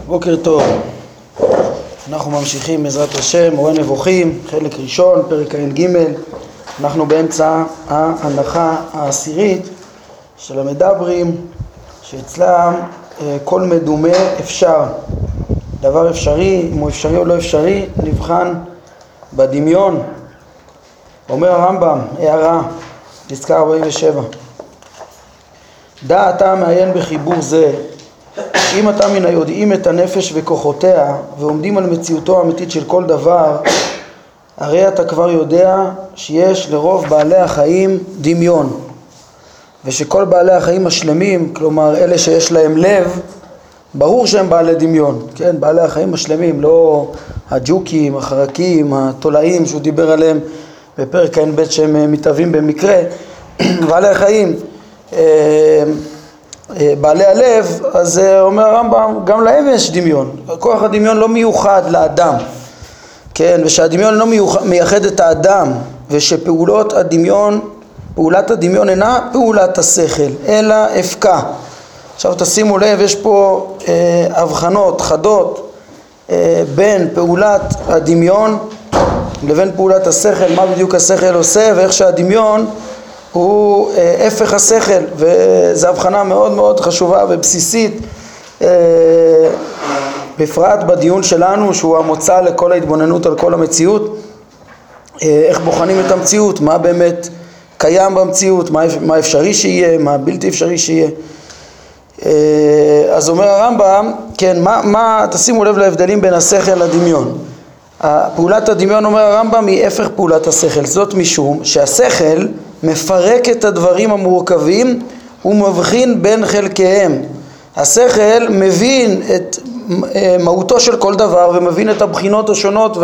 בוקר טוב. אנחנו ממשיכים בעזרת השם, מורה נבוכים, חלק ראשון, פרק ע"ג. אנחנו באמצע ההנחה העשירית של המדברים, שאצלם כל מדומה אפשר. דבר אפשרי, אם הוא אפשרי או לא אפשרי, נבחן בדמיון. אומר הרמב"ם, הערה, פסקה 47. דע אתה מעיין בחיבור זה, אם אתה מן היודעים את הנפש וכוחותיה ועומדים על מציאותו האמיתית של כל דבר, הרי אתה כבר יודע שיש לרוב בעלי החיים דמיון, ושכל בעלי החיים השלמים, כלומר אלה שיש להם לב, ברור שהם בעלי דמיון, כן? בעלי החיים השלמים, לא הג'וקים, החרקים, התולעים שהוא דיבר עליהם בפרק ע"ב שהם מתהווים במקרה. בעלי החיים בעלי הלב, אז אומר הרמב"ם, גם להם יש דמיון. כוח הדמיון לא מיוחד לאדם, כן? ושהדמיון לא מייחד את האדם, ושפעולת הדמיון אינה פעולת השכל, אלא הפקה. עכשיו תשימו לב, יש פה הבחנות חדות בין פעולת הדמיון לבין פעולת השכל, מה בדיוק השכל עושה ואיך שהדמיון הוא הפך השכל, וזו הבחנה מאוד מאוד חשובה ובסיסית, בפרט בדיון שלנו שהוא המוצא לכל ההתבוננות על כל המציאות. איך בוחנים את המציאות, מה באמת קיים במציאות, מה אפשרי שיהיה, מה בלתי אפשרי שיהיה. אז אומר הרמב"ם, כן, תשימו לב להבדלים בין השכל לדמיון. פעולת הדמיון, אומר הרמב"ם, היא הפך פעולת השכל. זאת משום שהשכל מפרק את הדברים המורכבים ומבחין בין חלקיהם. השכל מבין את מהותו של כל דבר ומבין את הבחינות השונות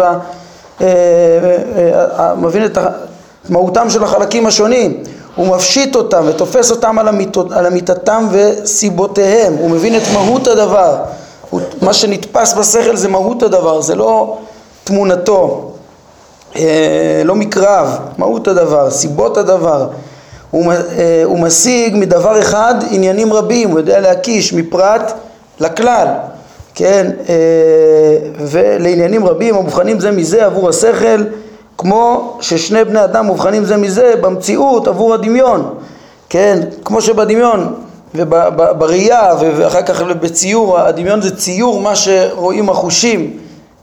מבין את מהותם של החלקים השונים. הוא מפשיט אותם ותופס אותם על אמיתתם וסיבותיהם. הוא מבין את מהות הדבר. מה שנתפס בשכל זה מהות הדבר, זה לא תמונתו, לא מקרב, מהות הדבר, סיבות הדבר. הוא משיג מדבר אחד עניינים רבים, הוא יודע להקיש מפרט לכלל, כן? ולעניינים רבים המובחנים זה מזה עבור השכל, כמו ששני בני אדם מובחנים זה מזה במציאות עבור הדמיון, כן? כמו שבדמיון ובראייה ואחר כך בציור, הדמיון זה ציור מה שרואים החושים,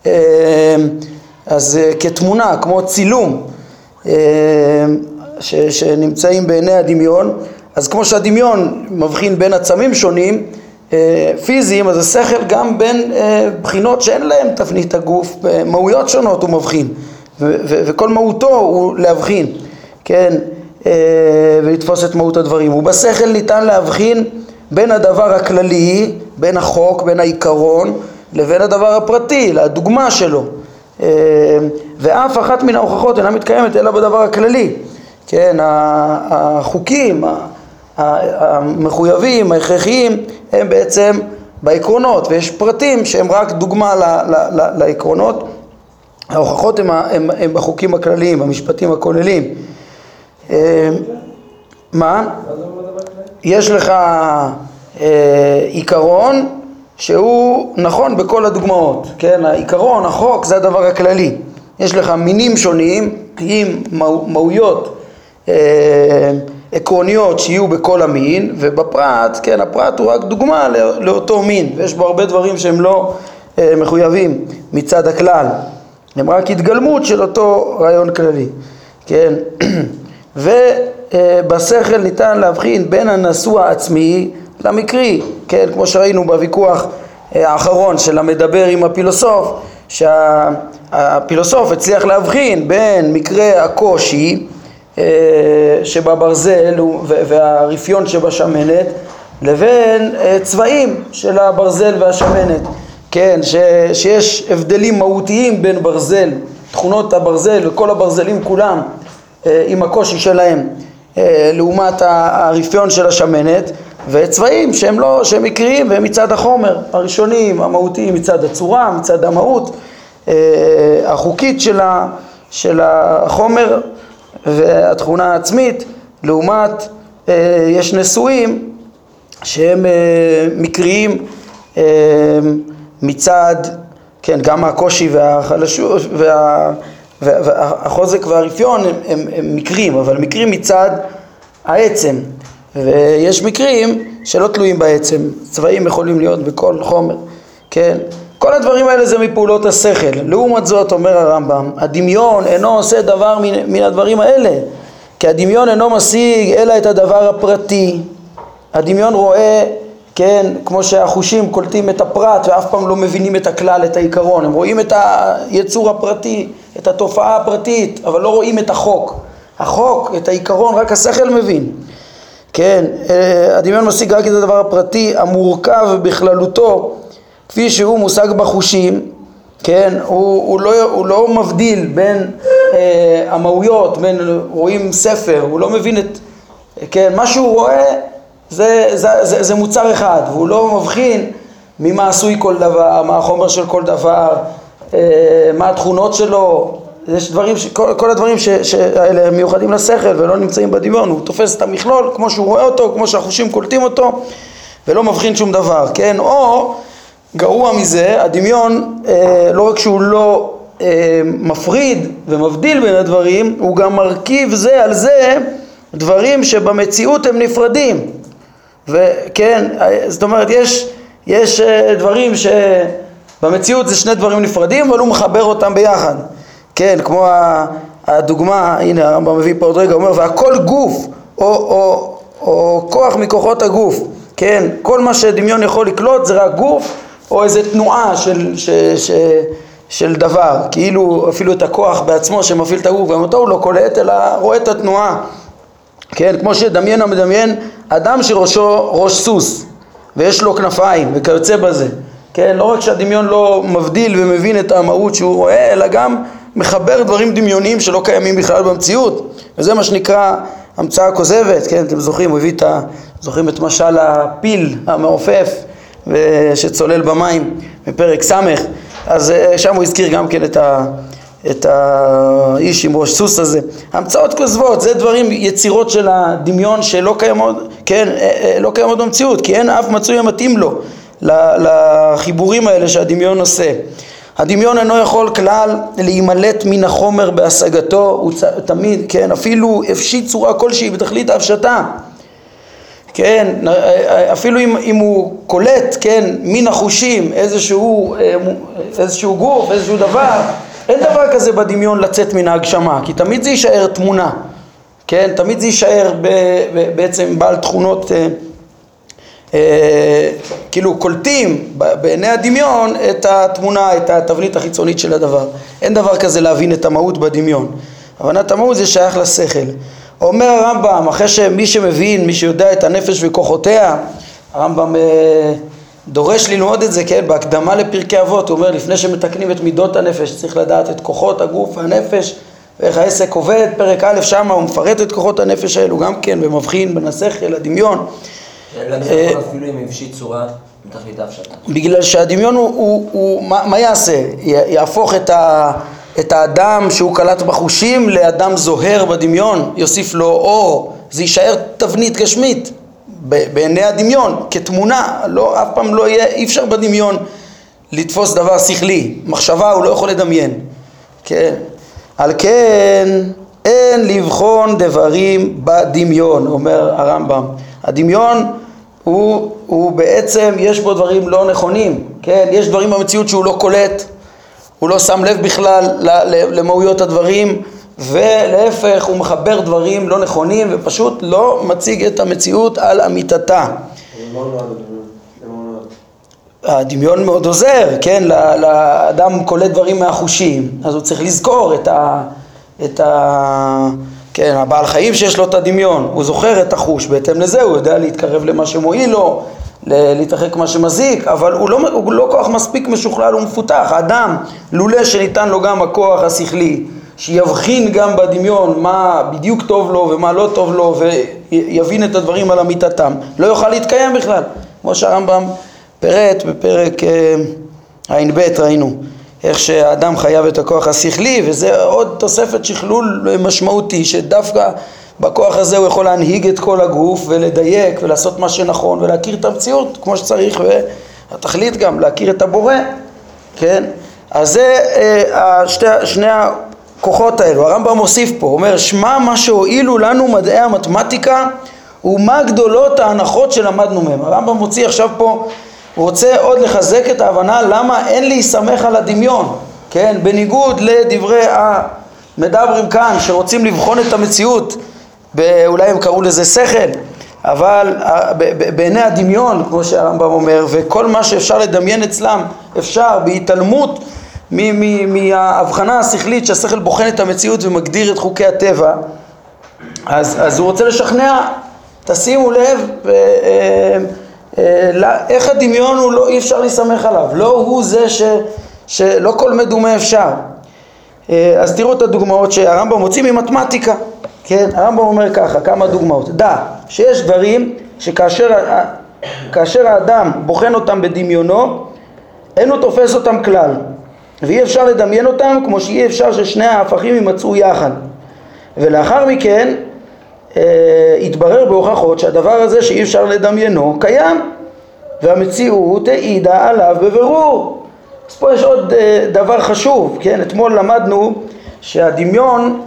אז כתמונה, כמו צילום שנמצאים בעיני הדמיון. אז כמו שהדמיון מבחין בין עצמים שונים פיזיים, אז השכל גם בין בחינות שאין להם תבנית הגוף, מהויות שונות הוא מבחין, וכל מהותו הוא להבחין, כן? ולתפוס את מהות הדברים. ובשכל ניתן להבחין בין הדבר הכללי, בין החוק, בין העיקרון, לבין הדבר הפרטי, לדוגמה שלו. ואף אחת מן ההוכחות אינה מתקיימת אלא בדבר הכללי, כן? החוקים המחויבים, ההכרחיים, הם בעצם בעקרונות, ויש פרטים שהם רק דוגמה לעקרונות. ההוכחות הם בחוקים הכלליים, במשפטים הכוללים. מה? יש לך עיקרון שהוא נכון בכל הדוגמאות, כן? העיקרון, החוק, זה הדבר הכללי. יש לך מינים שונים עם מהויות עקרוניות שיהיו בכל המין, ובפרט, כן, הפרט הוא רק דוגמה לאותו מין, ויש בו הרבה דברים שהם לא מחויבים מצד הכלל, הם רק התגלמות של אותו רעיון כללי, כן? ובשכל ניתן להבחין בין הנשוא העצמי למקרי, כן? כמו שראינו בוויכוח האחרון של המדבר עם הפילוסוף, שהפילוסוף הצליח להבחין בין מקרה הקושי שבברזל והרפיון שבשמנת לבין צבעים של הברזל והשמנת, כן? שיש הבדלים מהותיים בין ברזל, תכונות הברזל וכל הברזלים כולם עם הקושי שלהם לעומת הרפיון של השמנת, וצבעים שהם מקריים והם מצד החומר הראשונים, המהותיים מצד הצורה, מצד המהות החוקית של החומר והתכונה העצמית. לעומת יש נשואים שהם מקריים מצד, כן, גם הקושי והחלשות והחוזק והרפיון הם מקרים, אבל מקרים מצד העצם, ויש מקרים שלא תלויים בעצם, צבעים יכולים להיות בכל חומר, כן? כל הדברים האלה זה מפעולות השכל. לעומת זאת אומר הרמב"ם, הדמיון אינו עושה דבר מן הדברים האלה, כי הדמיון אינו משיג אלא את הדבר הפרטי. הדמיון רואה, כן, כמו שהחושים קולטים את הפרט ואף פעם לא מבינים את הכלל, את העיקרון. הם רואים את היצור הפרטי, את התופעה הפרטית, אבל לא רואים את החוק. החוק, את העיקרון, רק השכל מבין. כן, הדמיון משיג רק את הדבר הפרטי המורכב בכללותו, כפי שהוא מושג בחושים, כן, הוא לא מבדיל בין המהויות, בין רואים ספר, הוא לא מבין את, כן, מה שהוא רואה זה מוצר אחד, והוא לא מבחין ממה עשוי כל דבר, מה החומר של כל דבר, מה התכונות שלו. יש דברים, כל הדברים האלה מיוחדים לשכל ולא נמצאים בדמיון. הוא תופס את המכלול כמו שהוא רואה אותו, כמו שהחושים קולטים אותו, ולא מבחין שום דבר, כן? או גרוע מזה, הדמיון לא רק שהוא לא מפריד ומבדיל בין הדברים, הוא גם מרכיב זה על זה דברים שבמציאות הם נפרדים. וכן, זאת אומרת, יש דברים שבמציאות זה שני דברים נפרדים, אבל הוא מחבר אותם ביחד. כן, כמו הדוגמה, הנה הרמב"ם מביא פה עוד רגע, אומר, והכל גוף או כוח מכוחות הגוף, כן, כל מה שדמיון יכול לקלוט זה רק גוף או איזה תנועה של דבר, כאילו אפילו את הכוח בעצמו שמפעיל את הגוף, גם אותו הוא לא קולט אלא רואה את התנועה. כן, כמו שדמיין המדמיין אדם שראשו ראש סוס ויש לו כנפיים וכיוצא בזה. כן, לא רק שהדמיון לא מבדיל ומבין את המהות שהוא רואה, אלא גם מחבר דברים דמיוניים שלא קיימים בכלל במציאות. וזה מה שנקרא המצאה כוזבת. כן, אתם זוכרים את משל הפיל המעופף שצולל במים בפרק סמך. אז שם הוא הזכיר גם כן את האיש עם ראש סוס הזה. המצאות כוזבות, זה דברים, יצירות של הדמיון שלא קיימות, כן, לא קיימות במציאות, כי אין אף מצוי המתאים לו לחיבורים האלה שהדמיון עושה. הדמיון אינו יכול כלל להימלט מן החומר בהשגתו, הוא תמיד, כן, אפילו הפשיט צורה כלשהי בתכלית ההפשטה. כן, אפילו אם הוא קולט, כן, מן החושים איזשהו גוף, איזשהו דבר, אין דבר כזה בדמיון לצאת מן ההגשמה, כי תמיד זה יישאר תמונה, כן, תמיד זה יישאר בעצם בעל תכונות, כאילו קולטים בעיני הדמיון את התמונה, את התבנית החיצונית של הדבר. אין דבר כזה להבין את המהות בדמיון. הבנת המהות זה שייך לשכל. אומר הרמב"ם, אחרי שמי שמבין, מי שיודע את הנפש וכוחותיה, הרמב"ם דורש ללמוד את זה, כן, בהקדמה לפרקי אבות, הוא אומר, לפני שמתקנים את מידות הנפש, צריך לדעת את כוחות הגוף והנפש, ואיך העסק עובד. פרק א' שם הוא מפרט את כוחות הנפש האלו גם כן, ומבחין בין השכל לדמיון. אפילו אם יפשיט צורה מתכלית ההפשטה. בגלל שהדמיון הוא מה יעשה? יהפוך את האדם שהוא קלט בחושים לאדם זוהר בדמיון, יוסיף לו אור, זה יישאר תבנית גשמית בעיני הדמיון, כתמונה, לא, אף פעם לא יהיה, אי אפשר בדמיון לתפוס דבר שכלי, מחשבה הוא לא יכול לדמיין, כן? על כן אין לבחון דברים בדמיון, אומר הרמב"ם. הדמיון הוא בעצם, יש בו דברים לא נכונים, כן? יש דברים במציאות שהוא לא קולט, הוא לא שם לב בכלל למהויות הדברים, ולהפך הוא מחבר דברים לא נכונים ופשוט לא מציג את המציאות על אמיתתה. הדמיון מאוד עוזר, כן? לאדם קולט דברים מהחושים, אז הוא צריך לזכור כן, הבעל חיים שיש לו את הדמיון, הוא זוכר את החוש, בהתאם לזה הוא יודע להתקרב למה שמועיל לו, להתרחק מה שמזיק, אבל הוא לא כוח מספיק משוכלל ומפותח. האדם, לולא שניתן לו גם הכוח השכלי, שיבחין גם בדמיון מה בדיוק טוב לו ומה לא טוב לו, ויבין את הדברים על אמיתתם, לא יוכל להתקיים בכלל, כמו שהרמב"ם פירט בפרק ע"ב, ראינו איך שהאדם חייב את הכוח השכלי, וזה עוד תוספת שכלול משמעותי, שדווקא בכוח הזה הוא יכול להנהיג את כל הגוף ולדייק ולעשות מה שנכון ולהכיר את המציאות כמו שצריך התכלית גם להכיר את הבורא, כן? אז זה שני הכוחות האלו. הרמב"ם מוסיף פה, אומר, שמע מה שהועילו לנו מדעי המתמטיקה ומה גדולות ההנחות שלמדנו מהם. הרמב"ם מוציא עכשיו פה, הוא רוצה עוד לחזק את ההבנה למה אין להיסמך על הדמיון, כן? בניגוד לדברי המדברים כאן שרוצים לבחון את המציאות, אולי הם קראו לזה שכל, אבל בעיני הדמיון, כמו שהרמב"ם אומר, וכל מה שאפשר לדמיין אצלם אפשר בהתעלמות מההבחנה השכלית שהשכל בוחן את המציאות ומגדיר את חוקי הטבע, אז הוא רוצה לשכנע, תשימו לב איך הדמיון הוא לא, אי אפשר להסמך עליו, לא הוא זה שלא כל מדומה אפשר. אז תראו את הדוגמאות שהרמב"ם מוציא ממתמטיקה, כן? הרמב"ם אומר ככה, כמה דוגמאות. דע שיש דברים שכאשר האדם בוחן אותם בדמיונו, אין הוא תופס אותם כלל, ואי אפשר לדמיין אותם כמו שאי אפשר ששני ההפכים יימצאו יחד. ולאחר מכן התברר בהוכחות שהדבר הזה שאי אפשר לדמיינו קיים, והמציאות העידה עליו בבירור. אז פה יש עוד דבר חשוב, כן? אתמול למדנו שהדמיון,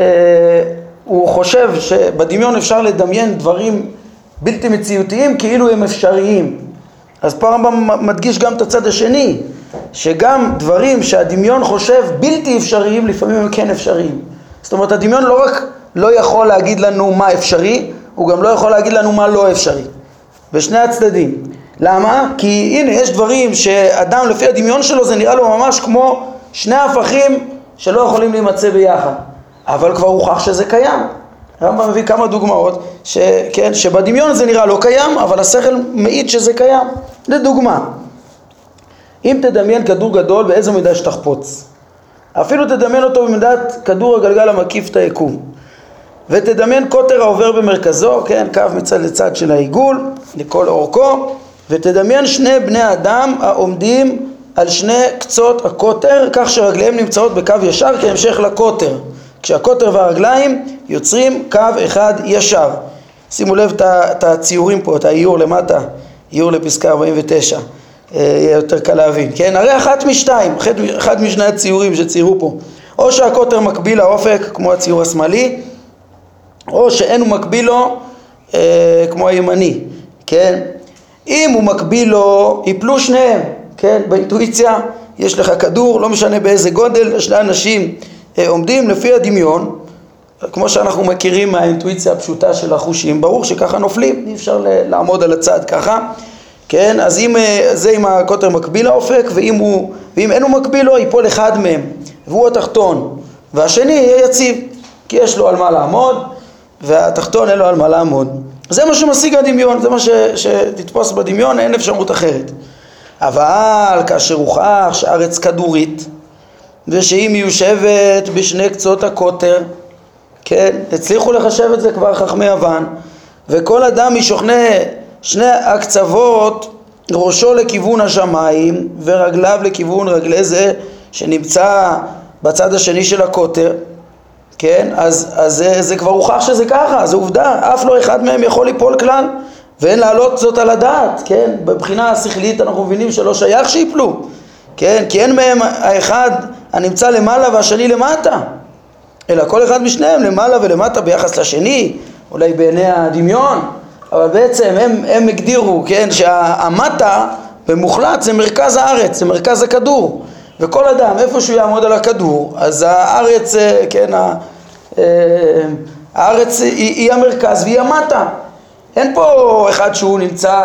הוא חושב שבדמיון אפשר לדמיין דברים בלתי מציאותיים כאילו הם אפשריים. אז פה הרמב"ם מדגיש גם את הצד השני, שגם דברים שהדמיון חושב בלתי אפשריים לפעמים הם כן אפשריים. זאת אומרת, הדמיון לא רק לא יכול להגיד לנו מה אפשרי, הוא גם לא יכול להגיד לנו מה לא אפשרי. בשני הצדדים. למה? כי הנה יש דברים שאדם לפי הדמיון שלו זה נראה לו ממש כמו שני הפכים שלא יכולים להימצא ביחד. אבל כבר הוכח שזה קיים. הרמב"ם מביא כמה דוגמאות שבדמיון זה נראה לא קיים, אבל השכל מעיד שזה קיים. לדוגמה, אם תדמיין כדור גדול באיזו מידה שתחפוץ, אפילו תדמיין אותו במידת כדור הגלגל המקיף את היקום, ותדמיין קוטר העובר במרכזו, כן, קו מצד לצד של העיגול לכל אורכו, ותדמיין שני בני אדם העומדים על שני קצות הקוטר, כך שרגליהם נמצאות בקו ישר כהמשך לקוטר, כשהקוטר והרגליים יוצרים קו אחד ישר. שימו לב את הציורים פה, את האיור למטה, איור לפסקה 49, יהיה יותר קל להבין, כן? הרי אחד משני הציורים שציירו פה, או שהקוטר מקביל לאופק כמו הציור השמאלי, או שאין הוא מקביל לו כמו הימני, כן? אם הוא מקביל לו, יפלו שניהם, כן? באינטואיציה יש לך כדור, לא משנה באיזה גודל, שני אנשים עומדים לפי הדמיון, כמו שאנחנו מכירים מהאינטואיציה הפשוטה של החושים, ברור שככה נופלים, אי אפשר לעמוד על הצד ככה, כן? אז אם הקוטר מקביל לאופק, ואם אין הוא מקביל לו, ייפול אחד מהם, והוא התחתון, והשני יהיה יציב, כי יש לו על מה לעמוד, והתחתון אין לו על מה לעמוד. זה מה שמשיג הדמיון, זה מה שתתפוס בדמיון, אין אפשרות אחרת. אבל כאשר הוכח שהארץ כדורית, ושהיא מיושבת בשני קצות הקוטר, כן, הצליחו לחשב את זה כבר חכמי יוון, וכל אדם משוכנה שני הקצוות, ראשו לכיוון השמיים ורגליו לכיוון רגלי זה שנמצא בצד השני של הקוטר, כן, אז זה כבר הוכח שזה ככה, זה עובדה, אף לא אחד מהם יכול ליפול כלל, ואין להעלות זאת על הדעת, כן, בבחינה השכלית אנחנו מבינים שלא שייך שיפלו, כן, כי אין מהם האחד הנמצא למעלה והשני למטה, אלא כל אחד משניהם למעלה ולמטה ביחס לשני, אולי בעיני הדמיון, אבל בעצם הם הגדירו, כן, שהמטה במוחלט זה מרכז הארץ, זה מרכז הכדור, וכל אדם איפה שהוא יעמוד על הכדור, אז הארץ, כן, הארץ היא המרכז והיא המטה. אין פה אחד שהוא נמצא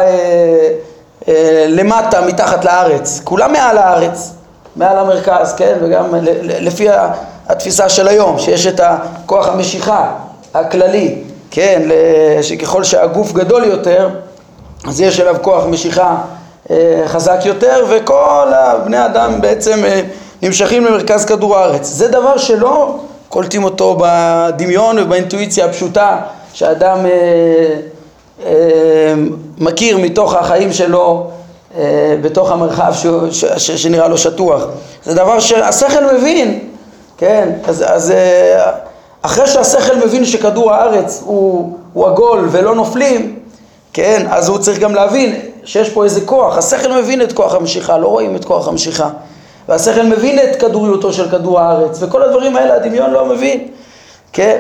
למטה מתחת לארץ, כולם מעל הארץ, מעל המרכז, כן, וגם לפי התפיסה של היום, שיש את הכוח המשיכה הכללי, כן, שככל שהגוף גדול יותר, אז יש אליו כוח משיכה חזק יותר, וכל בני אדם בעצם נמשכים למרכז כדור הארץ. זה דבר שלא קולטים אותו בדמיון ובאינטואיציה הפשוטה שאדם מכיר מתוך החיים שלו בתוך המרחב שנראה לו שטוח. זה דבר שהשכל מבין, כן, אז אחרי שהשכל מבין שכדור הארץ הוא עגול ולא נופלים, כן, אז הוא צריך גם להבין שיש פה איזה כוח, השכל מבין את כוח המשיכה, לא רואים את כוח המשיכה, והשכל מבין את כדוריותו של כדור הארץ, וכל הדברים האלה הדמיון לא מבין, כן?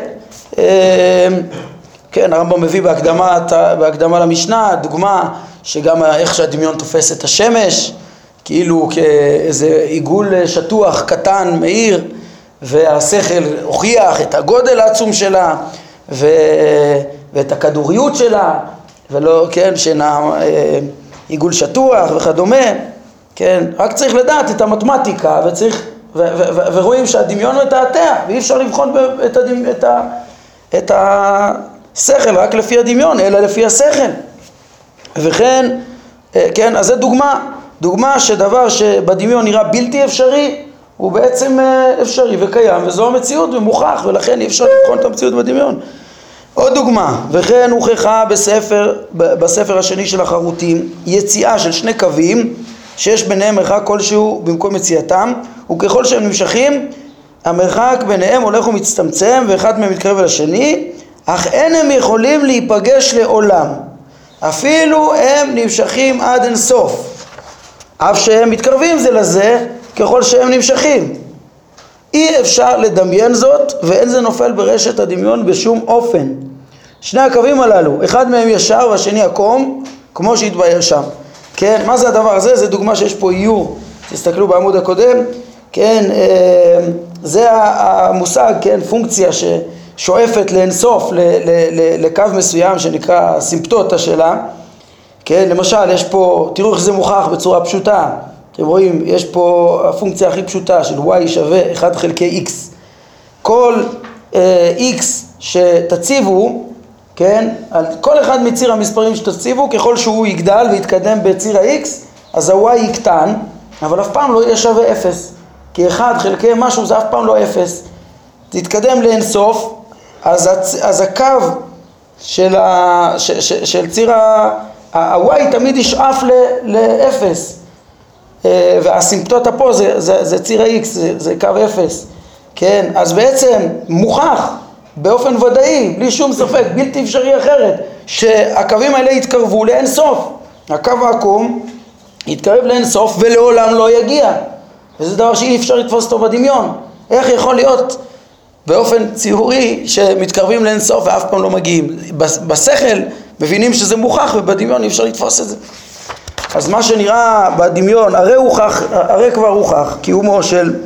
כן, הרמב"ם מביא בהקדמה למשנה, דוגמה שגם איך שהדמיון תופס את השמש, כאילו כאיזה עיגול שטוח קטן מאיר, והשכל הוכיח את הגודל העצום שלה, ואת הכדוריות שלה, ולא, כן, שינה עיגול שטוח וכדומה, כן, רק צריך לדעת את המתמטיקה, ורואים שהדמיון מתעתע, ואי אפשר לבחון את השכל רק לפי הדמיון, אלא לפי השכל. וכן, כן, אז זה דוגמה שדבר שבדמיון נראה בלתי אפשרי, הוא בעצם אפשרי וקיים, וזו המציאות ומוכח, ולכן אי אפשר לבחון את המציאות בדמיון. עוד דוגמה, וכן הוכחה בספר השני של החרוטים, יציאה של שני קווים, שיש ביניהם מרחק כלשהו במקום יציאתם, וככל שהם נמשכים, המרחק ביניהם הולך ומצטמצם, ואחד מהם מתקרב אל השני, אך אין הם יכולים להיפגש לעולם, אפילו הם נמשכים עד אין סוף, אף שהם מתקרבים זה לזה ככל שהם נמשכים. אי אפשר לדמיין זאת, ואין זה נופל ברשת הדמיון בשום אופן. שני הקווים הללו, אחד מהם ישר והשני עקום, כמו שהתבאר שם. כן, מה זה הדבר הזה? זה דוגמה שיש פה איור, תסתכלו בעמוד הקודם, כן, זה המושג, כן, פונקציה ששואפת לאינסוף, לקו מסוים שנקרא סימפטוטה שלה. כן, למשל, יש פה, תראו איך זה מוכח בצורה פשוטה. אתם רואים, יש פה הפונקציה הכי פשוטה של y שווה 1 חלקי x. כל x שתציבו, כן, על כל אחד מציר המספרים שתציבו, ככל שהוא יגדל ויתקדם בציר ה-x, אז ה-y יקטן, אבל אף פעם לא יהיה שווה 0. כי 1 חלקי משהו זה אף פעם לא 0. תתקדם לאינסוף, אז הקו של ציר ה-y תמיד ישאף ל-0. והסימפטוטה פה זה ציר ה-x, זה קו 0. כן, אז בעצם מוכח באופן ודאי, בלי שום ספק, בלתי אפשרי אחרת, שהקווים האלה יתקרבו לאין סוף. הקו העקום יתקרב לאין סוף ולעולם לא יגיע. וזה דבר שאי אפשר לתפוס אותו בדמיון. איך יכול להיות באופן ציורי שמתקרבים לאין סוף ואף פעם לא מגיעים? בשכל מבינים שזה מוכח, ובדמיון אי אפשר לתפוס את זה. אז מה שנראה בדמיון, הרי כבר הוכח, קיומו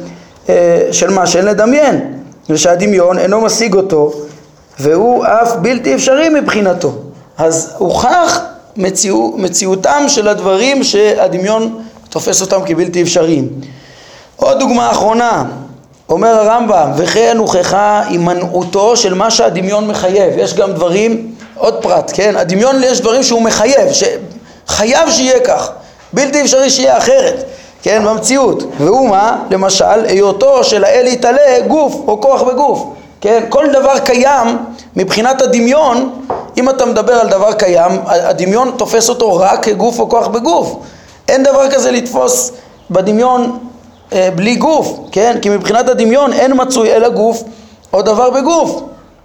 של מה שאין לדמיין, ושהדמיון אינו משיג אותו, והוא אף בלתי אפשרי מבחינתו. אז הוכח מציאותם של הדברים שהדמיון תופס אותם כבלתי אפשריים. עוד דוגמה אחרונה, אומר הרמב"ם, וכן הוכחה הימנעותו של מה שהדמיון מחייב. יש גם דברים, עוד פרט, כן? הדמיון יש דברים שהוא מחייב, חייב שיהיה כך, בלתי אפשרי שיהיה אחרת, כן, במציאות. והוא מה? למשל, היותו של האל יתעלה גוף או כוח בגוף, כן, כל דבר קיים מבחינת הדמיון. אם אתה מדבר על דבר קיים, הדמיון תופס אותו רק כגוף או כוח בגוף. אין דבר כזה לתפוס בדמיון בלי גוף, כן, כי מבחינת הדמיון אין מצוי אלא גוף או דבר בגוף,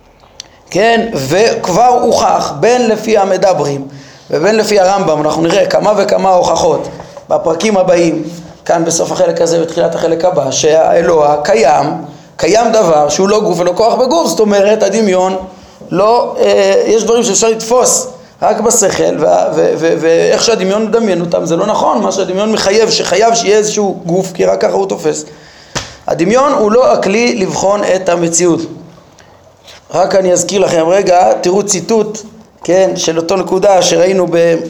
כן, וכבר הוכח בין לפי המדברים ובין לפי הרמב"ם, אנחנו נראה כמה וכמה הוכחות בפרקים הבאים, כאן בסוף החלק הזה בתחילת החלק הבא, שהאלוה קיים דבר שהוא לא גוף ולא כוח בגוף. זאת אומרת, הדמיון לא, יש דברים שאפשר לתפוס רק בשכל, ואיך שהדמיון מדמיין אותם זה לא נכון. מה שהדמיון מחייב, שחייב שיהיה איזשהו גוף, כי רק ככה הוא תופס. הדמיון הוא לא הכלי לבחון את המציאות. רק אני אזכיר לכם רגע, תראו ציטוט, כן, של אותו נקודה שראינו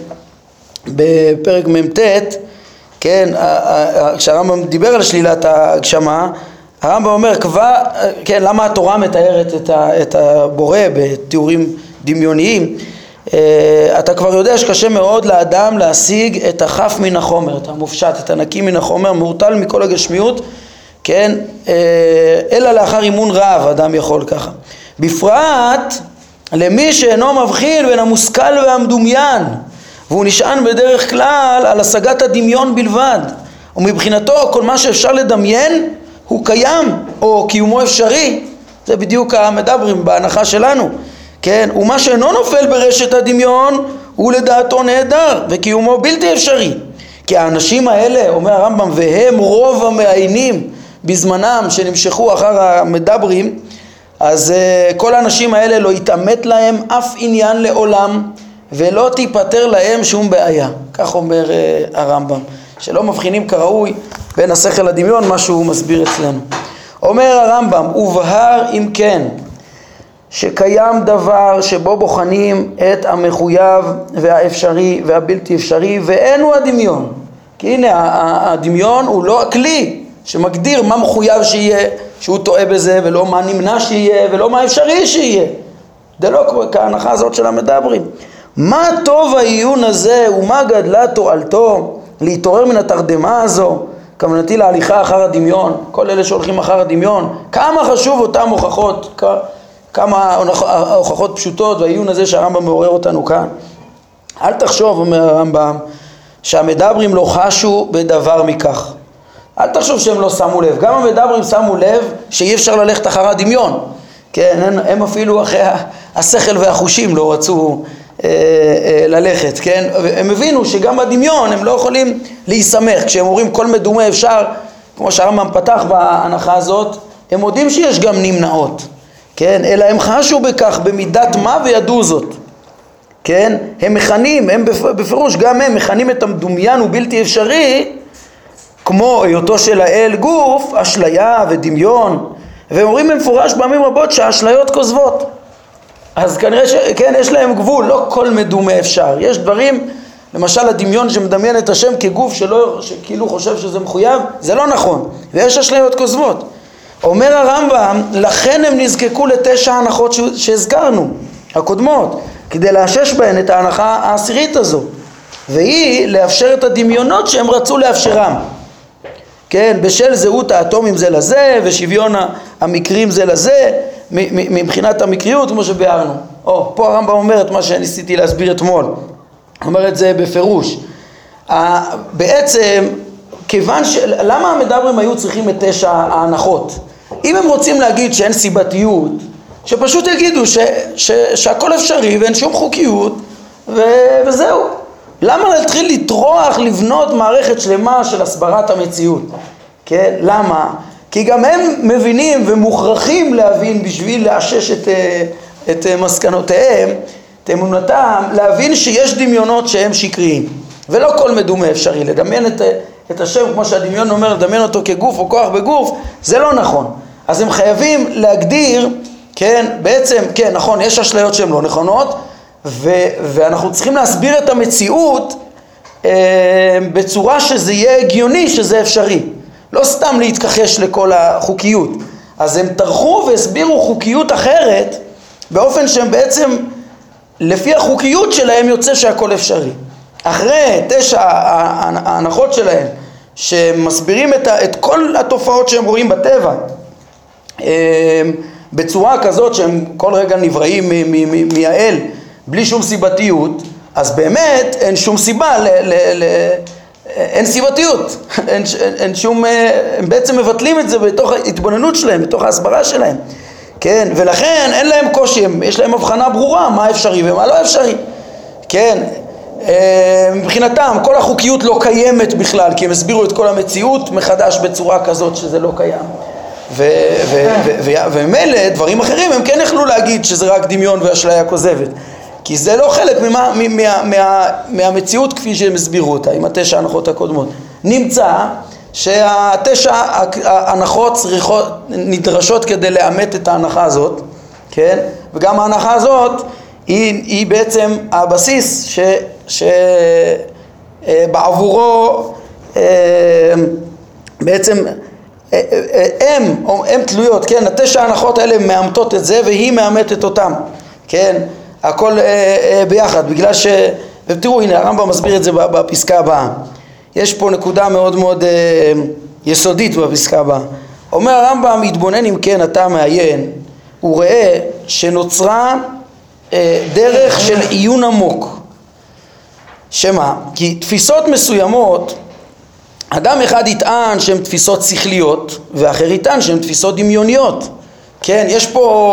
בפרק מ"ט, כן, כשהרמב"ם דיבר על שלילת ההגשמה, הרמב"ם אומר, כן, למה התורה מתארת את הבורא בתיאורים דמיוניים? אתה כבר יודע שקשה מאוד לאדם להשיג את החף מן החומר, את המופשט, את הנקי מן החומר, מורטל מכל הגשמיות, כן, אלא לאחר אימון רב אדם יכול ככה. בפרט למי שאינו מבחין בין המושכל והמדומיין, והוא נשען בדרך כלל על השגת הדמיון בלבד, ומבחינתו כל מה שאפשר לדמיין הוא קיים או קיומו אפשרי. זה בדיוק המדברים בהנחה שלנו, כן? ומה שאינו נופל ברשת הדמיון הוא לדעתו נהדר וקיומו בלתי אפשרי. כי האנשים האלה, אומר הרמב"ם, והם רוב המעיינים בזמנם שנמשכו אחר המדברים, אז כל האנשים האלה לא יתאמת להם אף עניין לעולם ולא תיפטר להם שום בעיה. כך אומר הרמב"ם, שלא מבחינים כראוי בין השכל לדמיון, מה שהוא מסביר אצלנו. אומר הרמב"ם, ובהר אם כן שקיים דבר שבו בוחנים את המחויב והאפשרי והבלתי אפשרי, ואין הוא הדמיון. כי הנה הדמיון הוא לא הכלי שמגדיר מה מחויב שיהיה, שהוא טועה בזה, ולא מה נמנע שיהיה, ולא מה אפשרי שיהיה. זה לא כהנחה הזאת של המדברים. מה טוב העיון הזה ומה גדלה תועלתו להתעורר מן התרדמה הזו, כוונתי להליכה אחר הדמיון, כל אלה שהולכים אחר הדמיון, כמה חשוב אותם הוכחות, כמה הוכחות פשוטות, והעיון הזה שהרמב"ם מעורר אותנו כאן. אל תחשוב, אומר הרמב"ם, שהמדברים לא חשו בדבר מכך. אל תחשוב שהם לא שמו לב. גם המדברים שמו לב שאי אפשר ללכת אחר הדמיון. כן, הם אפילו אחרי השכל והחושים לא רצו ללכת, כן? הם הבינו שגם בדמיון הם לא יכולים להיסמך. כשהם אומרים כל מדומה אפשר, כמו שהרמב"ם פתח בהנחה הזאת, הם יודעים שיש גם נמנעות. כן? אלא הם חשו בכך במידת מה וידעו זאת. כן? הם מכנים, הם בפירוש גם הם מכנים את המדומיין ובלתי אפשרי, כמו היותו של האל גוף, אשליה ודמיון, והם אומרים במפורש פעמים רבות שהאשליות כוזבות. אז כנראה שכן, יש להם גבול, לא כל מדומה אפשר. יש דברים, למשל הדמיון שמדמיין את השם כגוף שכאילו חושב שזה מחויב, זה לא נכון, ויש אשליות כוזבות. אומר הרמב"ם, לכן הם נזקקו ל9 הנחות שהזכרנו, הקודמות, כדי לאשש בהן את ההנחה העשירית הזו, והיא לאפשר את הדמיונות שהם רצו לאפשרם. כן, בשל זהות האטומים זה לזה, ושוויון המקרים זה לזה, מבחינת המקריות, כמו שביארנו. פה הרמב"ם אומר את מה שניסיתי להסביר אתמול. אומר את זה בפירוש. בעצם, למה המדברים היו צריכים את 9 ההנחות? אם הם רוצים להגיד שאין סיבתיות, שפשוט יגידו שהכל אפשרי ואין שום חוקיות, וזהו. למה להתחיל לטרוח, לבנות מערכת שלמה של הסברת המציאות? כן? למה? כי גם הם מבינים ומוכרחים להבין בשביל לאשש את מסקנותיהם, את אמונתם, להבין שיש דמיונות שהם שקריים. ולא כל מדומה אפשרי. לדמיין את השם, כמו שהדמיון אומר, לדמיין אותו כגוף או כוח בגוף, זה לא נכון. אז הם חייבים להגדיר, כן, בעצם, כן, נכון, יש אשליות שהן לא נכונות, ואנחנו צריכים להסביר את המציאות בצורה שזה יהיה הגיוני, שזה אפשרי. לא סתם להתכחש לכל החוקיות. אז הם טרחו והסבירו חוקיות אחרת, באופן שהם בעצם, לפי החוקיות שלהם יוצא שהכל אפשרי. אחרי 9 ההנחות שלהם, שמסבירים את כל התופעות שהם רואים בטבע, בצורה כזאת שהם כל רגע נבראים מהאל, בלי שום סיבתיות, אז באמת אין שום סיבה, אין סיבתיות, אין שום, הם בעצם מבטלים את זה בתוך ההתבוננות שלהם, בתוך ההסברה שלהם, כן, ולכן אין להם קושי, יש להם הבחנה ברורה מה אפשרי ומה לא אפשרי, כן, מבחינתם כל החוקיות לא קיימת בכלל, כי הם הסבירו את כל המציאות מחדש בצורה כזאת שזה לא קיים. ומילא דברים אחרים הם כן יכלו להגיד שזה רק דמיון ואשליה כוזבת, כי זה לא חלק מהמציאות כפי שהם הסבירו אותה עם 9 ההנחות הקודמות. נמצא שה9 ההנחות נדרשות כדי לאמת את ההנחה הזאת, כן? וגם ההנחה הזאת היא בעצם הבסיס שבעבורו בעצם הם תלויות, כן? 9 ההנחות האלה מאמתות את זה והיא מאמתת אותם, כן? הכל ביחד, בגלל ותראו, הנה הרמב"ם מסביר את זה בפסקה הבאה. יש פה נקודה מאוד מאוד יסודית בפסקה הבאה. אומר הרמב"ם, התבונן אם כן אתה מעיין, הוא ראה שנוצרה דרך של עיון עמוק. שמה? כי תפיסות מסוימות, אדם אחד יטען שהן תפיסות שכליות, ואחר יטען שהן תפיסות דמיוניות. כן, יש פה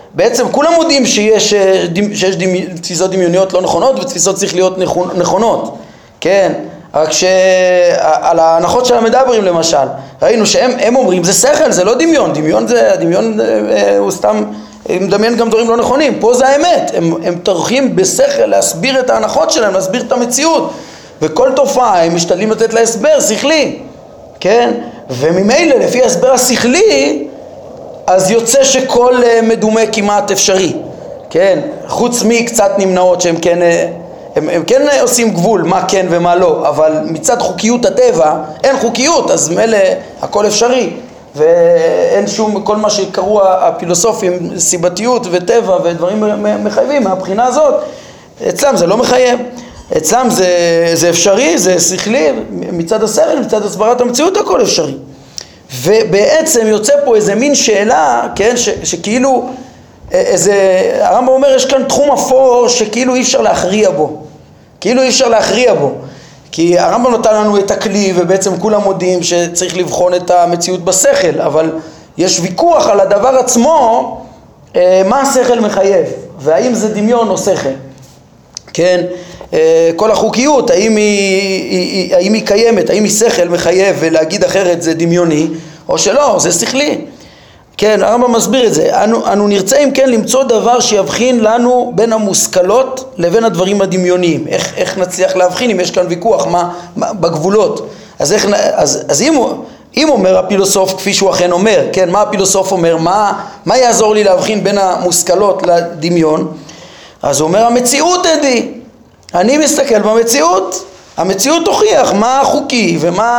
בעצם כולם מודים שיש תפיסות דמיוניות לא נכונות ותפיסות שכליות נכונות, כן? רק שעל ההנחות של המדברים למשל, ראינו שהם אומרים זה שכל, זה לא דמיון, דמיון הוא סתם מדמיין גם דברים לא נכונים, פה זה האמת, הם טורחים בשכל להסביר את ההנחות שלהם, להסביר את המציאות, וכל תופעה הם משתדלים לתת לה הסבר שכלי, כן? וממילא לפי ההסבר השכלי, אז יוצא שכל מדומה כמעט אפשרי, כן? חוץ מקצת נמנעות שהם כן, הם כן עושים גבול מה כן ומה לא, אבל מצד חוקיות הטבע אין חוקיות, אז מילא הכל אפשרי, ואין שום, כל מה שקראו הפילוסופים, סיבתיות וטבע ודברים מחייבים מהבחינה הזאת, אצלם זה לא מחייב, אצלם זה אפשרי, זה שכלי, מצד השכל, מצד הסברת המציאות הכל אפשרי. ובעצם יוצא פה איזה מין שאלה, כן, שכאילו, הרמב"ם אומר יש כאן תחום אפור שכאילו אי אפשר להכריע בו, כי הרמב"ם נתן לנו את הכלי ובעצם כולם מודים שצריך לבחון את המציאות בשכל, אבל יש ויכוח על הדבר עצמו, מה השכל מחייב, והאם זה דמיון או שכל, כן? כל החוקיות, האם היא קיימת, האם היא שכל מחייב ולהגיד אחרת זה דמיוני, או שלא, זה שכלי. כן, הרמב"ם מסביר את זה. אנו נרצה אם כן למצוא דבר שיבחין לנו בין המושכלות לבין הדברים הדמיוניים. איך נצליח להבחין אם יש כאן ויכוח בגבולות? אז אם אומר הפילוסוף כפי שהוא אכן אומר, כן, מה הפילוסוף אומר? מה יעזור לי להבחין בין המושכלות לדמיון? אז הוא אומר המציאות עדי. אני מסתכל במציאות, המציאות תוכיח מה חוקי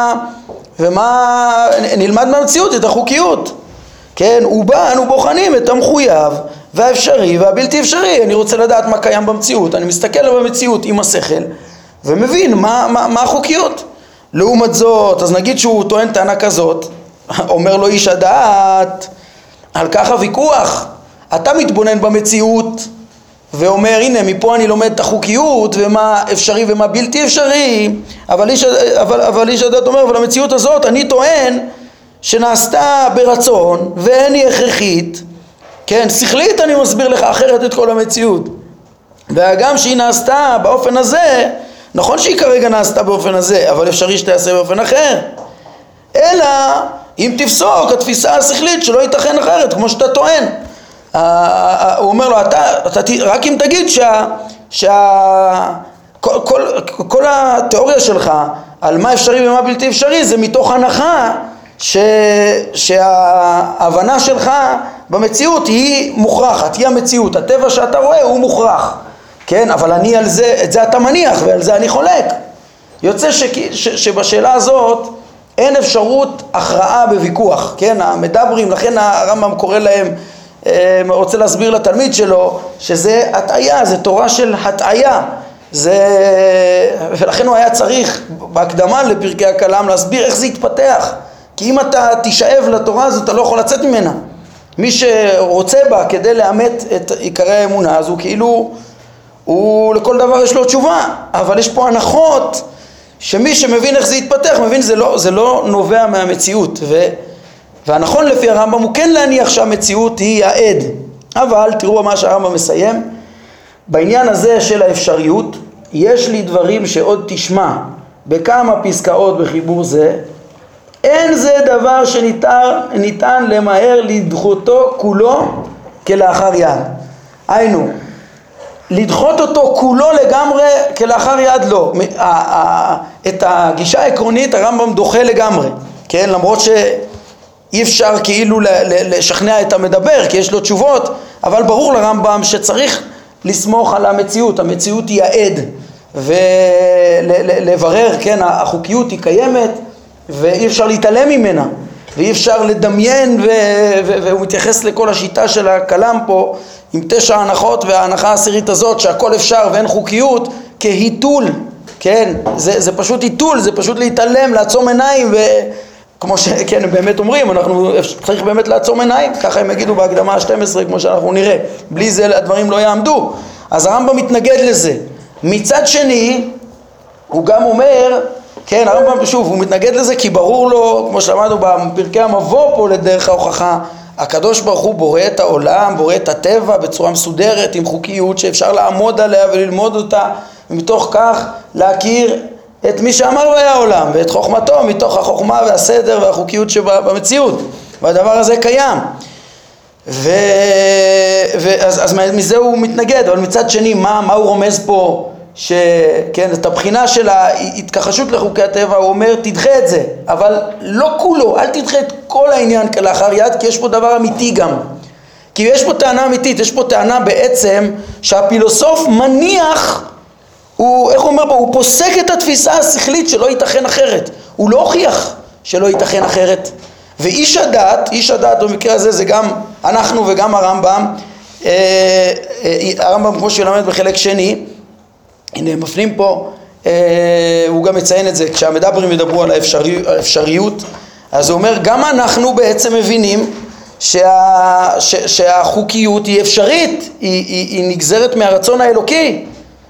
ומה נלמד מהמציאות את החוקיות, כן? אנו בוחנים את המחויב והאפשרי והבלתי אפשרי, אני רוצה לדעת מה קיים במציאות, אני מסתכל במציאות עם השכל ומבין מה החוקיות. לעומת זאת, אז נגיד שהוא טוען טענה כזאת, אומר לו איש הדעת, על כך הוויכוח, אתה מתבונן במציאות ואומר הנה מפה אני לומד את החוקיות ומה אפשרי ומה בלתי אפשרי, אבל איש הדת אומר אבל המציאות הזאת אני טוען שנעשתה ברצון ואין היא הכרחית, כן, שכלית אני מסביר לך אחרת את כל המציאות, וגם שהיא נעשתה באופן הזה, נכון שהיא כרגע נעשתה באופן הזה, אבל אפשרי שתעשה באופן אחר, אלא אם תפסוק התפיסה השכלית שלא ייתכן אחרת כמו שאתה טוען. הוא אומר לו, אתה רק אם תגיד כל התיאוריה שלך על מה אפשרי ומה בלתי אפשרי זה מתוך הנחה שההבנה שלך במציאות היא מוכרחת, היא המציאות, הטבע שאתה רואה הוא מוכרח, כן, אבל אני על זה, את זה אתה מניח ועל זה אני חולק. יוצא שבשאלה הזאת אין אפשרות הכרעה בוויכוח, כן, המדברים, לכן הרמב"ם קורא להם, רוצה להסביר לתלמיד שלו שזה הטעיה, זה תורה של הטעיה, ולכן הוא היה צריך בהקדמה לפרקי הכלם להסביר איך זה יתפתח, כי אם אתה תשאב לתורה הזאת אתה לא יכול לצאת ממנה. מי שרוצה בה כדי לאמת את עיקרי האמונה אז הוא כאילו, הוא לכל דבר יש לו תשובה, אבל יש פה הנחות שמי שמבין איך זה יתפתח מבין זה לא נובע מהמציאות, והנכון לפי הרמב"ם הוא כן להניח שהמציאות היא העד. אבל תראו מה שהרמב"ם מסיים, בעניין הזה של האפשריות יש לי דברים שעוד תשמע בכמה פסקאות בחיבור זה, אין זה דבר שניתן למהר לדחותו כולו כלאחר יד. היינו, לדחות אותו כולו לגמרי כלאחר יד לא. את הגישה העקרונית הרמב"ם דוחה לגמרי, כן, למרות אי אפשר כאילו לשכנע את המדבר כי יש לו תשובות, אבל ברור לרמב"ם שצריך לסמוך על המציאות, המציאות היא העד, ולברר, כן, החוקיות היא קיימת ואי אפשר להתעלם ממנה, ואי אפשר לדמיין, והוא מתייחס לכל השיטה של הכלם פה עם 9 הנחות, וההנחה העשירית הזאת שהכל אפשר ואין חוקיות כהיתול, כן, זה פשוט היתול, זה פשוט להתעלם, לעצום עיניים, כמו שכן, הם באמת אומרים, אנחנו צריך באמת לעצום עיניים, ככה הם יגידו בהקדמה ה-12, כמו שאנחנו נראה, בלי זה הדברים לא יעמדו. אז הרמב"ם מתנגד לזה. מצד שני, הוא גם אומר, כן, הרמב"ם שוב, הוא מתנגד לזה כי ברור לו, כמו שלמדנו בפרקי המבוא פה לדרך ההוכחה, הקדוש ברוך הוא בורא את העולם, בורא את הטבע בצורה מסודרת, עם חוקיות שאפשר לעמוד עליה וללמוד אותה, ומתוך כך להכיר את מי שאמר והיה העולם, ואת חוכמתו מתוך החוכמה והסדר והחוקיות שבמציאות, והדבר הזה קיים. אז מזה הוא מתנגד, אבל מצד שני, מה הוא רומז פה? שכן, את הבחינה של ההתכחשות לחוקי הטבע, הוא אומר, תדחה את זה, אבל לא כולו, אל תדחה את כל העניין כלאחר יד, כי יש פה דבר אמיתי גם. כי יש פה טענה אמיתית, יש פה טענה בעצם שהפילוסוף מניח, איך הוא אומר פה? הוא פוסק את התפיסה השכלית שלא ייתכן אחרת. הוא לא הוכיח שלא ייתכן אחרת. ואיש הדת במקרה הזה זה גם אנחנו וגם הרמב"ם, הרמב"ם כמו שלמד בחלק שני, הנה מפנים פה, הוא גם מציין את זה, כשהמדברים ידברו על האפשריות, אז הוא אומר, גם אנחנו בעצם מבינים שהחוקיות היא אפשרית, היא נגזרת מהרצון האלוקי,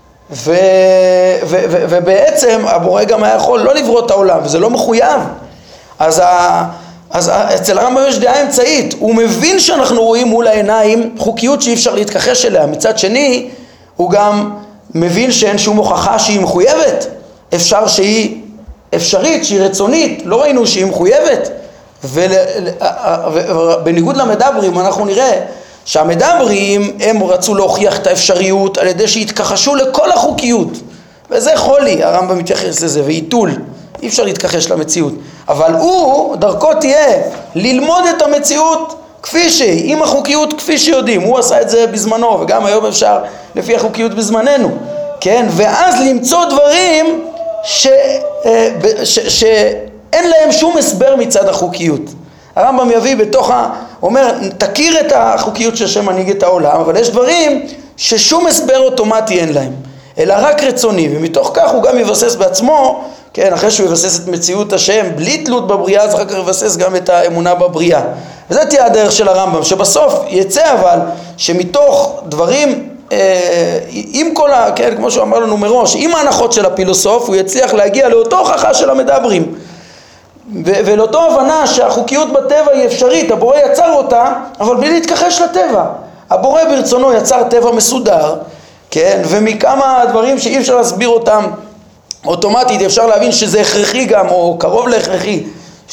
ובעצם הבורא גם היה יכול לא לברוא את העולם, וזה לא מחויב. אז אצל הרמב"ם יש דעה אמצעית, הוא מבין שאנחנו רואים מול העיניים חוקיות שאי אפשר להתכחש אליה, מצד שני הוא גם מבין שאין שום הוכחה שהיא מחויבת, אפשר שהיא אפשרית, שהיא רצונית, לא ראינו שהיא מחויבת. ובניגוד למדברים אנחנו נראה שהמדברים הם רצו להוכיח את האפשריות על ידי שהתכחשו לכל החוקיות, וזה חולי, הרמב"ם מתייחס לזה, ועיתול, אי אפשר להתכחש למציאות. אבל הוא, דרכו תהיה ללמוד את המציאות כפי שהיא, עם החוקיות כפי שיודעים. הוא עשה את זה בזמנו, וגם היום אפשר לפי החוקיות בזמננו, כן? ואז למצוא דברים שאין להם שום הסבר מצד החוקיות. הרמב"ם יביא בתוך אומר, תכיר את החוקיות שהשם מנהיג את העולם, אבל יש דברים ששום הסבר אוטומטי אין להם, אלא רק רצוני, ומתוך כך הוא גם יבסס בעצמו, כן, אחרי שהוא יבסס את מציאות השם בלי תלות בבריאה, אז אחר כך יבסס גם את האמונה בבריאה. וזה תהיה הדרך של הרמב"ם, שבסוף יצא אבל שמתוך דברים, עם כל כן, כמו שהוא אמר לנו מראש, עם ההנחות של הפילוסוף, הוא יצליח להגיע לאותו הוכחה של המדברים, ולאותו הבנה שהחוקיות בטבע היא אפשרית, הבורא יצר אותה, אבל בלי להתכחש לטבע. הבורא ברצונו יצר טבע מסודר, כן, ומכמה דברים שאי אפשר להסביר אותם אוטומטית, אפשר להבין שזה הכרחי גם, או קרוב להכרחי,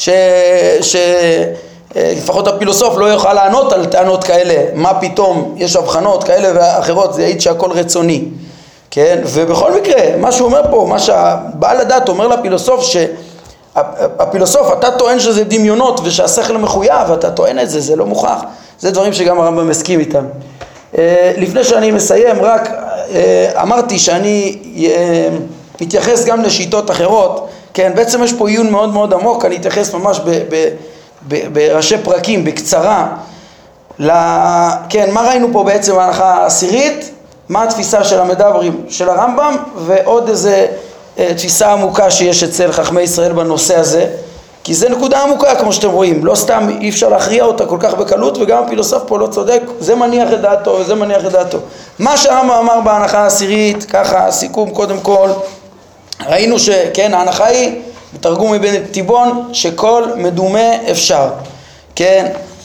לפחות הפילוסוף לא יוכל לענות על טענות כאלה, מה פתאום יש הבחנות כאלה ואחרות, זה יעיד שהכל רצוני, כן, ובכל מקרה, מה שהוא אומר פה, מה שהבעל הדת אומר לפילוסוף, הפילוסוף, אתה טוען שזה דמיונות ושהשכל מחויב, אתה טוען את זה, זה לא מוכח. זה דברים שגם הרמב"ם מסכים איתם. לפני שאני מסיים, רק אמרתי שאני מתייחס גם לשיטות אחרות, כן, בעצם יש פה עיון מאוד מאוד עמוק, אני אתייחס ממש בראשי פרקים, בקצרה, כן, מה ראינו פה בעצם ההנחה העשירית, מה התפיסה של המדברים של הרמב"ם, ועוד איזה תפיסה עמוקה שיש אצל חכמי ישראל בנושא הזה, כי זה נקודה עמוקה כמו שאתם רואים, לא סתם אי אפשר להכריע אותה כל כך בקלות, וגם הפילוסוף פה לא צודק, זה מניח את דעתו וזה מניח את דעתו. מה שהרמב"ם אמר בהנחה העשירית, ככה סיכום קודם כל, ראינו שכן, ההנחה היא בתרגום מבן תיבון שכל מדומה אפשר, כן,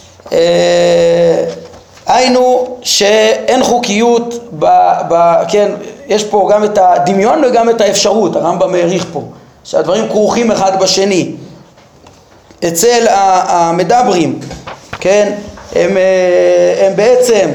היינו שאין חוקיות כן, יש פה גם את הדמיון וגם את האפשרות, הרמב"ם מעריך פה שהדברים כרוכים אחד בשני. אצל המדברים, כן, הם בעצם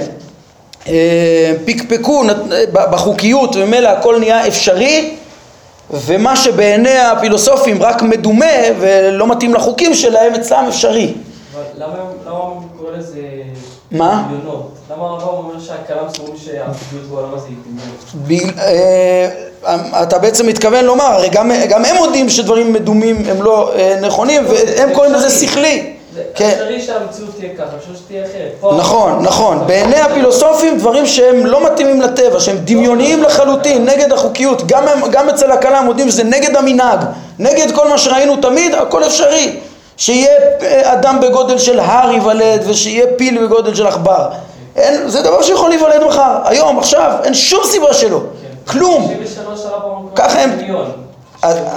פיקפקו בחוקיות, וממילא הכל נהיה אפשרי, ומה שבעיני הפילוסופים רק מדומה ולא מתאים לחוקים שלהם, אצלם אפשרי. למה הוא קורא לזה דמיונות? למה הרמב"ם אומר שהכלם סבורים שהחוקיות בעולם הזה היא דמיונות? אתה בעצם מתכוון לומר, הרי גם הם יודעים שדברים מדומים הם לא נכונים, והם קוראים לזה שכלי. אפשרי שהמציאות תהיה ככה, אפשר שתהיה אחרת. נכון, נכון. בעיני הפילוסופים דברים שהם לא מתאימים לטבע, שהם דמיוניים לחלוטין, נגד החוקיות. גם אצל הכלם יודעים שזה נגד המנהג, נגד כל מה שראינו תמיד, הכל אפשרי. שיהיה אדם בגודל של הר ייוולד, ושיהיה פיל בגודל של עכבר. זה דבר שיכול להיוולד מחר, היום, עכשיו, אין שום סיבה שלו. כלום. ככה הם...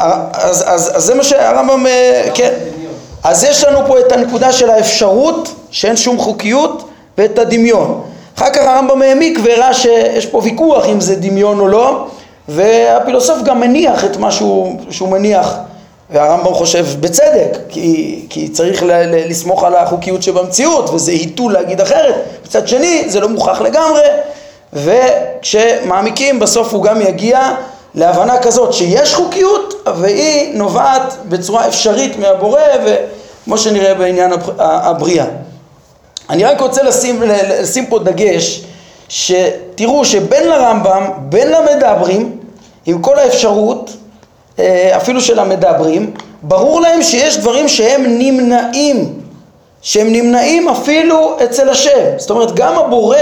אז זה מה שהרמב"ם... כן. אז יש לנו פה את הנקודה של האפשרות, שאין שום חוקיות, ואת הדמיון. אחר כך הרמב"ם העמיק והראה שיש פה ויכוח אם זה דמיון או לא, והפילוסוף גם מניח את מה שהוא מניח, והרמב"ם חושב בצדק, כי צריך לסמוך על החוקיות שבמציאות, וזה היתול להגיד אחרת. מצד שני, זה לא מוכח לגמרי, וכשמעמיקים בסוף הוא גם יגיע להבנה כזאת שיש חוקיות, והיא נובעת בצורה אפשרית מהבורא, וכמו שנראה בעניין הבריאה. אני רק רוצה לשים פה דגש, שתראו שבין לרמב"ם, בין למדברים, עם כל האפשרות, אפילו של המדברים, ברור להם שיש דברים שהם נמנעים אפילו אצל השם. זאת אומרת, גם הבורא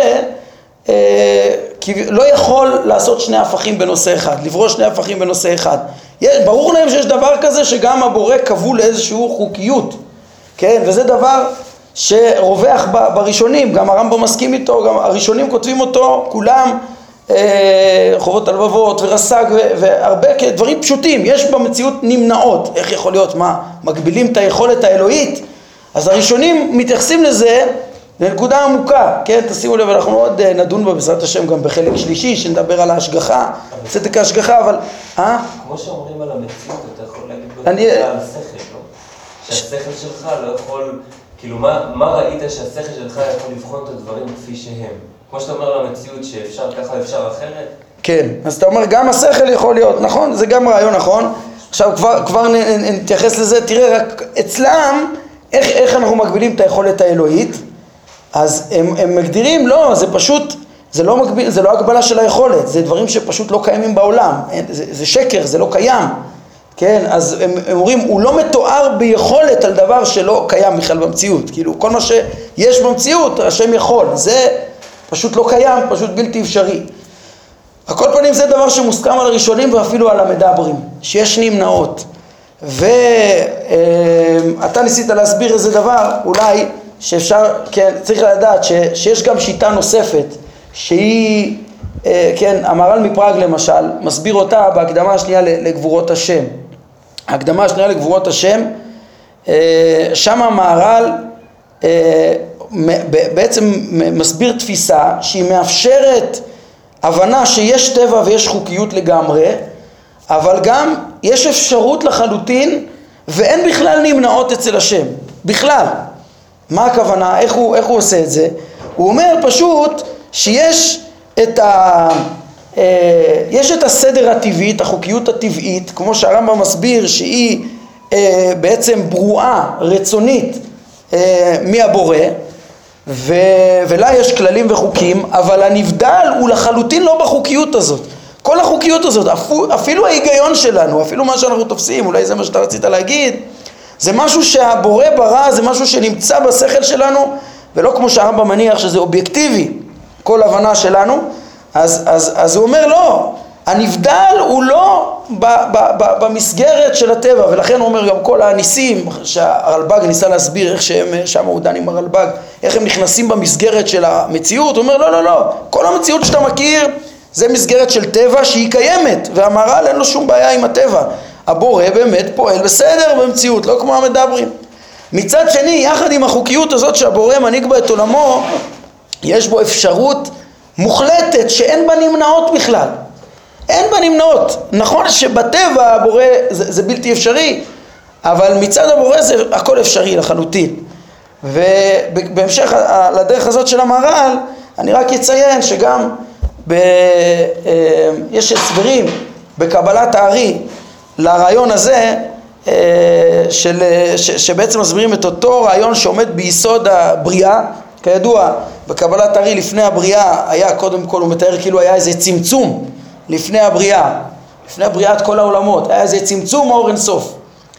לא יכול לעשות שני הפכים בנושא אחד, לברוא שני הפכים בנושא אחד. ברור להם שיש דבר כזה שגם הבורא קבול לאיזשהו חוקיות, כן? וזה דבר שרווח בראשונים, גם הרמב"ם מסכים איתו, גם הראשונים כותבים אותו, כולם, חובות הלבבות ורס"ג והרבה דברים פשוטים, יש במציאות נמנעות. איך יכול להיות? מה? מגבילים את היכולת האלוהית? אז הראשונים מתייחסים לזה לנקודה עמוקה, כן? תשימו לב, אנחנו עוד נדון בה בעזרת השם גם בחלק שלישי, שנדבר על ההשגחה, צדק ההשגחה, אבל... כמו שאומרים על המציאות, אתה יכול להגיד על השכל, לא? שהשכל שלך לא יכול... כאילו, מה ראית שהשכל שלך יכול לבחון את הדברים כפי שהם? כמו שאתה אומר על המציאות שאפשר ככה ואפשר אחרת? כן, אז אתה אומר גם השכל יכול להיות, נכון? זה גם רעיון נכון. עכשיו כבר נתייחס לזה, תראה רק אצלם, איך אנחנו מגבילים את היכולת האלוהית? אז הם מגדירים, לא, זה פשוט, זה לא מגביל, זה לא הגבלה של היכולת, זה דברים שפשוט לא קיימים בעולם, זה שקר, זה לא קיים. כן, אז הם אומרים, הוא לא מתואר ביכולת על דבר שלא קיים בכלל במציאות. כאילו, כל מה שיש במציאות, השם יכול. זה פשוט לא קיים, פשוט בלתי אפשרי. הכל פנים זה דבר שמוסכם על הראשונים ואפילו על המדברים, שיש נמנעות. ואתה ניסית להסביר איזה דבר, אולי, שאפשר, כן, צריך לדעת שיש גם שיטה נוספת, שהיא, כן, המהר"ל מפראג למשל, מסביר אותה בהקדמה השנייה לגבורות השם. ההקדמה השנייה לגבורות השם, שם המהר"ל בעצם מסביר תפיסה שהיא מאפשרת הבנה שיש טבע ויש חוקיות לגמרי, אבל גם יש אפשרות לחלוטין ואין בכלל נמנעות אצל השם, בכלל. מה הכוונה? איך הוא עושה את זה? הוא אומר פשוט שיש יש את הסדר הטבעי, את החוקיות הטבעית, כמו שהרמב"ם מסביר שהיא בעצם ברואה, רצונית מהבורא, ולה יש כללים וחוקים, אבל הנבדל הוא לחלוטין לא בחוקיות הזאת. כל החוקיות הזאת, אפילו ההיגיון שלנו, אפילו מה שאנחנו תופסים, אולי זה מה שאתה רצית להגיד, זה משהו שהבורא ברא, זה משהו שנמצא בשכל שלנו, ולא כמו שהרמב"ם מניח שזה אובייקטיבי, כל הבנה שלנו. אז הוא אומר לא, הנבדל הוא לא במסגרת של הטבע, ולכן הוא אומר גם כל הניסים שהרלב"ג ניסה להסביר איך שהם שם הוא דן עם הרלב"ג, איך הם נכנסים במסגרת של המציאות. הוא אומר לא, כל המציאות שאתה מכיר זה מסגרת של טבע שהיא קיימת, והמהר"ל אין לו שום בעיה עם הטבע, הבורא באמת פועל בסדר במציאות, לא כמו המדברים. מצד שני, יחד עם החוקיות הזאת שהבורא מנהיג בה את עולמו, יש בו אפשרות מוחלטת שאין בה נמנעות בכלל. אין בה נמנעות. נכון שבטבע הבורא זה בלתי אפשרי, אבל מצד הבורא זה הכל אפשרי לחלוטין. ובהמשך לדרך הזאת של המהר"ל, אני רק אציין שגם יש הסברים בקבלת הארי לרעיון הזה, שבעצם מסבירים את אותו רעיון שעומד ביסוד הבריאה. כידוע, בקבלת הארי לפני הבריאה היה, קודם כל הוא מתאר כאילו היה איזה צמצום לפני הבריאה, לפני בריאת כל העולמות, היה איזה צמצום האור אינסוף.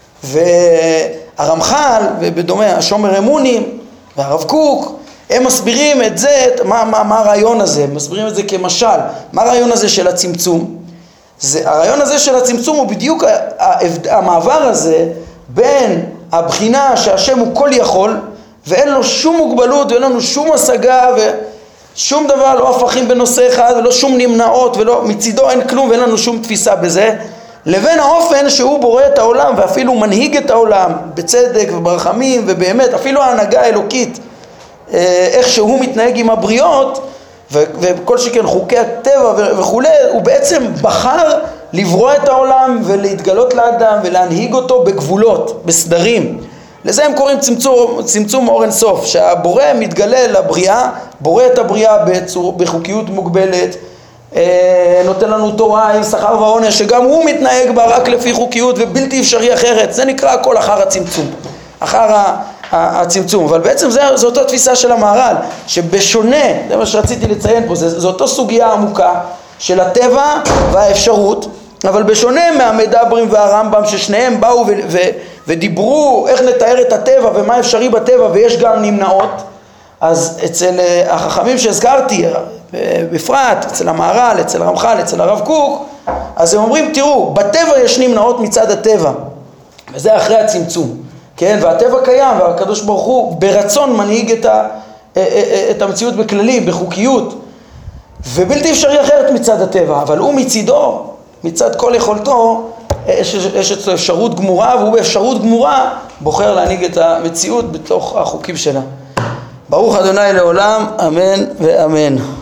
והרמח"ל ובדומה השומר אמונים והרב קוק, הם מסבירים את זה, מה הרעיון הזה, הם מסבירים את זה כמשל. מה הרעיון הזה של הצמצום? הרעיון הזה של הצמצום הוא בדיוק המעבר הזה בין הבחינה שהשם הוא כל יכול, ואין לו שום מוגבלות ואין לנו שום השגה ושום דבר, לא הפכים בנושא אחד ולא שום נמנעות ולא מצידו אין כלום ואין לנו שום תפיסה בזה, לבין האופן שהוא בורא את העולם ואפילו מנהיג את העולם בצדק וברחמים ובאמת אפילו ההנהגה האלוקית איך שהוא מתנהג עם הבריות, וכל שכן חוקי הטבע וכו', הוא בעצם בחר לברוא את העולם ולהתגלות לאדם ולהנהיג אותו בגבולות, בסדרים. לזה הם קוראים צמצום אור אין סוף, שהבורא מתגלה לבריאה, בורא את הבריאה בחוקיות מוגבלת, נותן לנו תורה עם שכר ועונש, שגם הוא מתנהג בה רק לפי חוקיות ובלתי אפשרי אחרת. זה נקרא הכל אחר הצמצום, אחר הצמצום. אבל בעצם זו אותה תפיסה של המהר"ל, שבשונה, זה מה שרציתי לציין פה, זו אותו סוגיה עמוקה של הטבע והאפשרות, אבל בשונה מהמדברים והרמב"ם, ששניהם באו ודיברו איך נתאר את הטבע ומה אפשרי בטבע ויש גם נמנעות, אז אצל החכמים שהזכרתי, בפרט אצל המהר"ל, אצל הרמח"ל, אצל הרב קוק, אז הם אומרים, תראו, בטבע יש נמנעות מצד הטבע, וזה אחרי הצמצום, כן? והטבע קיים, והקדוש ברוך הוא ברצון מנהיג את המציאות בכללים, בחוקיות, ובלתי אפשרי אחרת מצד הטבע, אבל הוא מצידו, מצד כל יכולתו, יש אצלו אפשרות גמורה, והוא באפשרות גמורה בוחר להנהיג את המציאות בתוך החוקים שלה. ברוך ה' לעולם, אמן ואמן.